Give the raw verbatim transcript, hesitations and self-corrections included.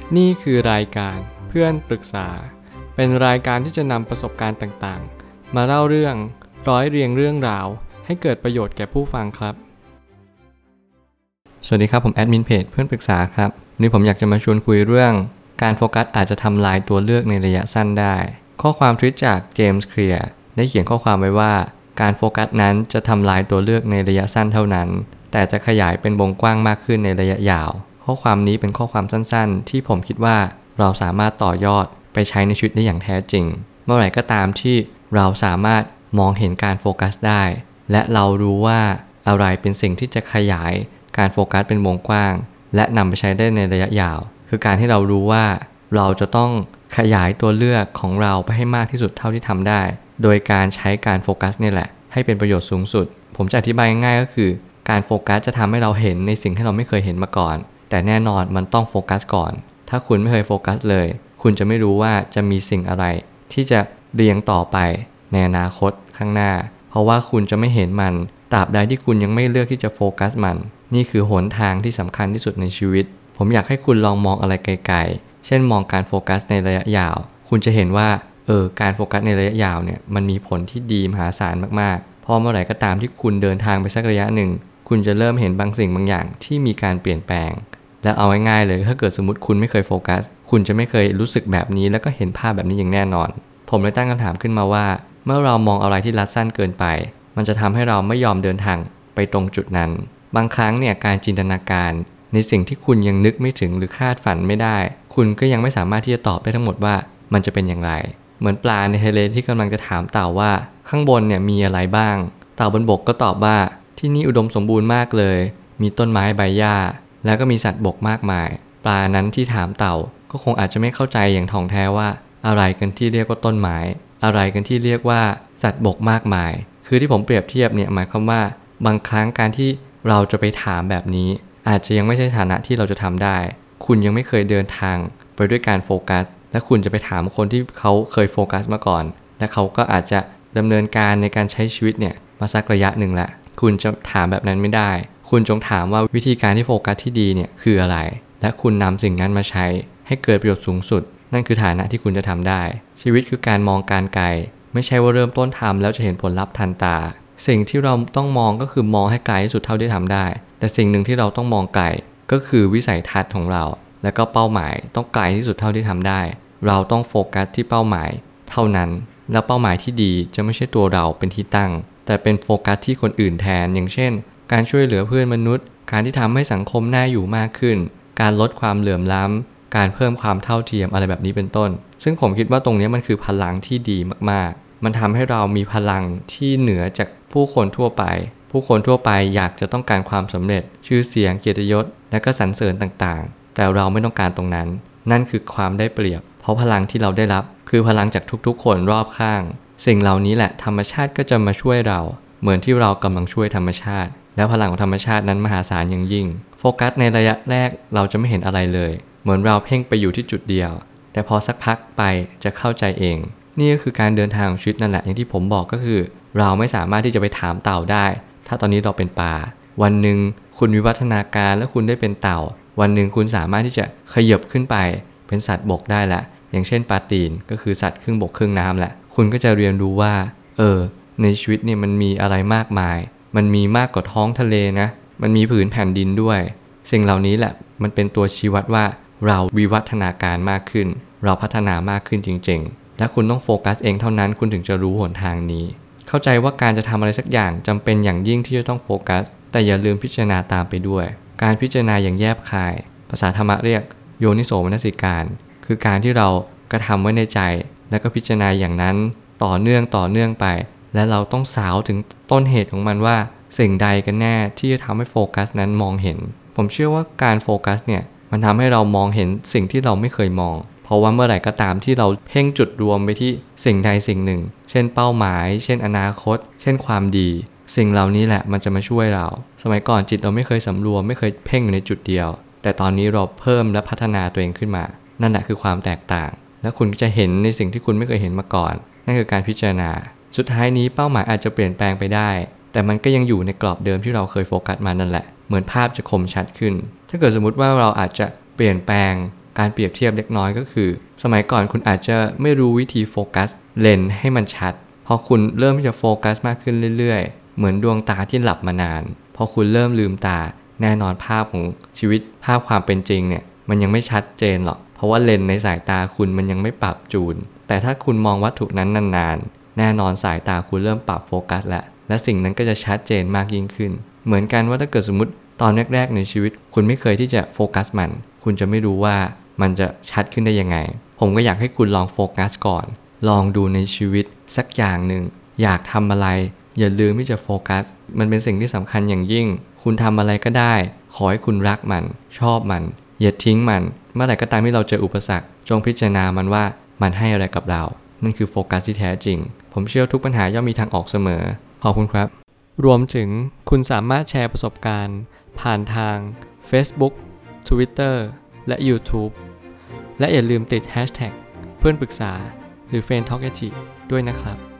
นี่คือรายการเพื่อนปรึกษาเป็นรายการที่จะนำประสบการณ์ต่างๆมาเล่าเรื่องร้อยเรียงเรื่องราวให้เกิดประโยชน์แก่ผู้ฟังครับสวัสดีครับผมแอดมินเพจเพื่อนปรึกษาครับวันนี้ผมอยากจะมาชวนคุยเรื่องการโฟกัสอาจจะทำลายตัวเลือกในระยะสั้นได้ข้อความทวิตจากเจมส์เคลียร์ได้เขียนข้อความไว้ว่าการโฟกัสนั้นจะทำลายตัวเลือกในระยะสั้นเท่านั้นแต่จะขยายเป็นวงกว้างมากขึ้นในระยะยาวข้อความนี้เป็นข้อความสั้นๆที่ผมคิดว่าเราสามารถต่อยอดไปใช้ในชีวิตได้อย่างแท้จริงเมื่อไหร่ก็ตามที่เราสามารถมองเห็นการโฟกัสได้และเรารู้ว่าอะไรเป็นสิ่งที่จะขยายการโฟกัสเป็นวงกว้างและนำไปใช้ได้ในระยะยาวคือการที่เรารู้ว่าเราจะต้องขยายตัวเลือกของเราไปให้มากที่สุดเท่าที่ทำได้โดยการใช้การโฟกัสนี่แหละให้เป็นประโยชน์สูงสุดผมจะอธิบายง่ายๆก็คือการโฟกัสจะทำให้เราเห็นในสิ่งที่เราไม่เคยเห็นมาก่อนแต่แน่นอนมันต้องโฟกัสก่อนถ้าคุณไม่เคยโฟกัสเลยคุณจะไม่รู้ว่าจะมีสิ่งอะไรที่จะเรียงต่อไปในอนาคตข้างหน้าเพราะว่าคุณจะไม่เห็นมันตราบใดที่คุณยังไม่เลือกที่จะโฟกัสมันนี่คือหนทางที่สำคัญที่สุดในชีวิตผมอยากให้คุณลองมองอะไรไกลๆเช่นมองการโฟกัสในระยะยาวคุณจะเห็นว่าเออการโฟกัสในระยะยาวเนี่ยมันมีผลที่ดีมหาศาลมากๆเพราะเมื่อไหร่ก็ตามที่คุณเดินทางไปสักระยะหนึ่งคุณจะเริ่มเห็นบางสิ่งบางอย่างที่มีการเปลี่ยนแปลงและเอาง่ายๆเลยถ้าเกิดสมมติคุณไม่เคยโฟกัสคุณจะไม่เคยรู้สึกแบบนี้แล้วก็เห็นภาพแบบนี้อย่างแน่นอนผมเลยตั้งคำถามขึ้นมาว่าเมื่อเรามองอะไรที่ลัดสั้นเกินไปมันจะทำให้เราไม่ยอมเดินทางไปตรงจุดนั้นบางครั้งเนี่ยการจินตนาการในสิ่งที่คุณยังนึกไม่ถึงหรือคาดฝันไม่ได้คุณก็ยังไม่สามารถที่จะตอบได้ทั้งหมดว่ามันจะเป็นอย่างไรเหมือนปลาในทะเลที่กำลังจะถามเต่าว่าข้างบนเนี่ยมีอะไรบ้างเต่าบนบกก็ตอบว่าที่นี่อุดมสมบูรณ์มากเลยมีต้นไม้ใบหญ้าแล้วก็มีสัตว์บกมากมายปลานั้นที่ถามเต่าก็คงอาจจะไม่เข้าใจอย่างท่องแท้ว่าอะไรกันที่เรียกว่าต้นไม้อะไรกันที่เรียกว่าสัตว์บกมากมายคือที่ผมเปรียบเทียบเนี่ยหมายความว่าบางครั้งการที่เราจะไปถามแบบนี้อาจจะยังไม่ใช่ฐานะที่เราจะทำได้คุณยังไม่เคยเดินทางไปด้วยการโฟกัสและคุณจะไปถามคนที่เขาเคยโฟกัสมาก่อนและเขาก็อาจจะดำเนินการในการใช้ชีวิตเนี่ยมาสักระยะหนึ่งละคุณจะถามแบบนั้นไม่ได้คุณจงถามว่าวิธีการที่โฟกัสที่ดีเนี่ยคืออะไรและคุณนำสิ่งนั้นมาใช้ให้เกิดประโยชน์สูงสุดนั่นคือฐานะที่คุณจะทำได้ชีวิตคือการมองการไกลไม่ใช่ว่าเริ่มต้นทำแล้วจะเห็นผลลัพธ์ทันตาสิ่งที่เราต้องมองก็คือมองให้ไกลที่สุดเท่าที่ทำได้แต่สิ่งหนึ่งที่เราต้องมองไกลก็คือวิสัยทัศน์ของเราและก็เป้าหมายต้องไกลที่สุดเท่าที่ทำได้เราต้องโฟกัสที่เป้าหมายเท่านั้นแล้วเป้าหมายที่ดีจะไม่ใช่ตัวเราเป็นที่ตั้งแต่เป็นโฟกัสที่คนอื่นแทนอย่างเช่นการช่วยเหลือเพื่อนมนุษย์การที่ทำให้สังคมน่าอยู่มากขึ้นการลดความเหลื่อมล้ำการเพิ่มความเท่าเทียมอะไรแบบนี้เป็นต้นซึ่งผมคิดว่าตรงนี้มันคือพลังที่ดีมากๆมันทำให้เรามีพลังที่เหนือจากผู้คนทั่วไปผู้คนทั่วไปอยากจะต้องการความสำเร็จชื่อเสียงเกียรติยศและก็สรรเสริญต่างๆแต่เราไม่ต้องการตรงนั้นนั่นคือความได้เปรียบเพราะพลังที่เราได้รับคือพลังจากทุกๆคนรอบข้างสิ่งเหล่านี้แหละธรรมชาติก็จะมาช่วยเราเหมือนที่เรากำลังช่วยธรรมชาติแล้วพลังของธรรมชาตินั้นมหาศาลอย่างยิ่งโฟกัสในระยะแรกเราจะไม่เห็นอะไรเลยเหมือนเราเพ่งไปอยู่ที่จุดเดียวแต่พอสักพักไปจะเข้าใจเองนี่ก็คือการเดินทางของชีวิตนั่นแหละอย่างที่ผมบอกก็คือเราไม่สามารถที่จะไปถามเต่าได้ถ้าตอนนี้เราเป็นปลาวันหนึ่งคุณวิวัฒนาการและคุณได้เป็นเต่าวันหนึ่งคุณสามารถที่จะขยับขึ้นไปเป็นสัตว์บกได้ละอย่างเช่นปลาตีนก็คือสัตว์ครึ่งบกครึ่งน้ำแหละคุณก็จะเรียนรู้ว่าเออในชีวิตเนี่ยมันมีอะไรมากมายมันมีมากกว่าท้องทะเลนะมันมีผืนแผ่นดินด้วยสิ่งเหล่านี้แหละมันเป็นตัวชี้วัดว่าเราวิวัฒนาการมากขึ้นเราพัฒนามากขึ้นจริงๆและคุณต้องโฟกัสเองเท่านั้นคุณถึงจะรู้หนทางนี้เข้าใจว่าการจะทำอะไรสักอย่างจำเป็นอย่างยิ่งที่จะต้องโฟกัสแต่อย่าลืมพิจารณาตามไปด้วยการพิจารณาอย่างแยบคายภาษาธรรมะเรียกโยนิโสมนสิการคือการที่เรากระทำไว้ในใจแล้วก็พิจารณาอย่างนั้นต่อเนื่องต่อเนื่องไปและเราต้องสาวถึงต้นเหตุของมันว่าสิ่งใดกันแน่ที่จะทำให้โฟกัสนั้นมองเห็นผมเชื่อว่าการโฟกัสเนี่ยมันทำให้เรามองเห็นสิ่งที่เราไม่เคยมองเพราะว่าเมื่อไหร่ก็ตามที่เราเพ่งจุดรวมไปที่สิ่งใดสิ่งหนึ่งเช่นเป้าหมายเช่นอนาคตเช่นความดีสิ่งเหล่านี้แหละมันจะมาช่วยเราสมัยก่อนจิตเราไม่เคยสำรวมไม่เคยเพ่งอยู่ในจุดเดียวแต่ตอนนี้เราเพิ่มและพัฒนาตัวเองขึ้นมานั่นแหละคือความแตกต่างและคุณจะเห็นในสิ่งที่คุณไม่เคยเห็นมาก่อนนั่นคือการพิจารณาสุดท้ายนี้เป้าหมายอาจจะเปลี่ยนแปลงไปได้แต่มันก็ยังอยู่ในกรอบเดิมที่เราเคยโฟกัสมานั่นแหละเหมือนภาพจะคมชัดขึ้นถ้าเกิดสมมุติว่าเราอาจจะเปลี่ยนแปลงการเปรียบเทียบเล็กน้อยก็คือสมัยก่อนคุณอาจจะไม่รู้วิธีโฟกัสเลนส์ให้มันชัดพอคุณเริ่มที่จะโฟกัสมากขึ้นเรื่อยๆเหมือนดวงตาที่หลับมานานพอคุณเริ่มลืมตาแน่นอนภาพของชีวิตภาพความเป็นจริงเนี่ยมันยังไม่ชัดเจนหรอกเพราะว่าเลนส์ในสายตาคุณมันยังไม่ปรับจูนแต่ถ้าคุณมองวัตถุนั้นนานๆแน่นอนสายตาคุณเริ่มปรับโฟกัสแล้วและสิ่งนั้นก็จะชัดเจนมากยิ่งขึ้นเหมือนกันว่าถ้าเกิดสมมติตอนแรกๆในชีวิตคุณไม่เคยที่จะโฟกัสมันคุณจะไม่รู้ว่ามันจะชัดขึ้นได้ยังไงผมก็อยากให้คุณลองโฟกัสก่อนลองดูในชีวิตสักอย่างหนึ่งอยากทำอะไรอย่าลืมที่จะโฟกัสมันเป็นสิ่งที่สำคัญอย่างยิ่งคุณทำอะไรก็ได้ขอให้คุณรักมันชอบมันอย่าทิ้งมันเมื่อไหร่ก็ตามที่เราเจออุปสรรคจงพิจารณามันว่ามันให้อะไรกับเรานั่นคือโฟกัสที่แท้จริงผมเชื่อทุกปัญหาย่อมมีทางออกเสมอขอบคุณครับรวมถึงคุณสามารถแชร์ประสบการณ์ผ่านทาง Facebook Twitter และ YouTube และอย่าลืมติด แฮชแท็ก เพื่อนปรึกษาหรือ เฟรนด์ ทอล์ก ด้วยนะครับ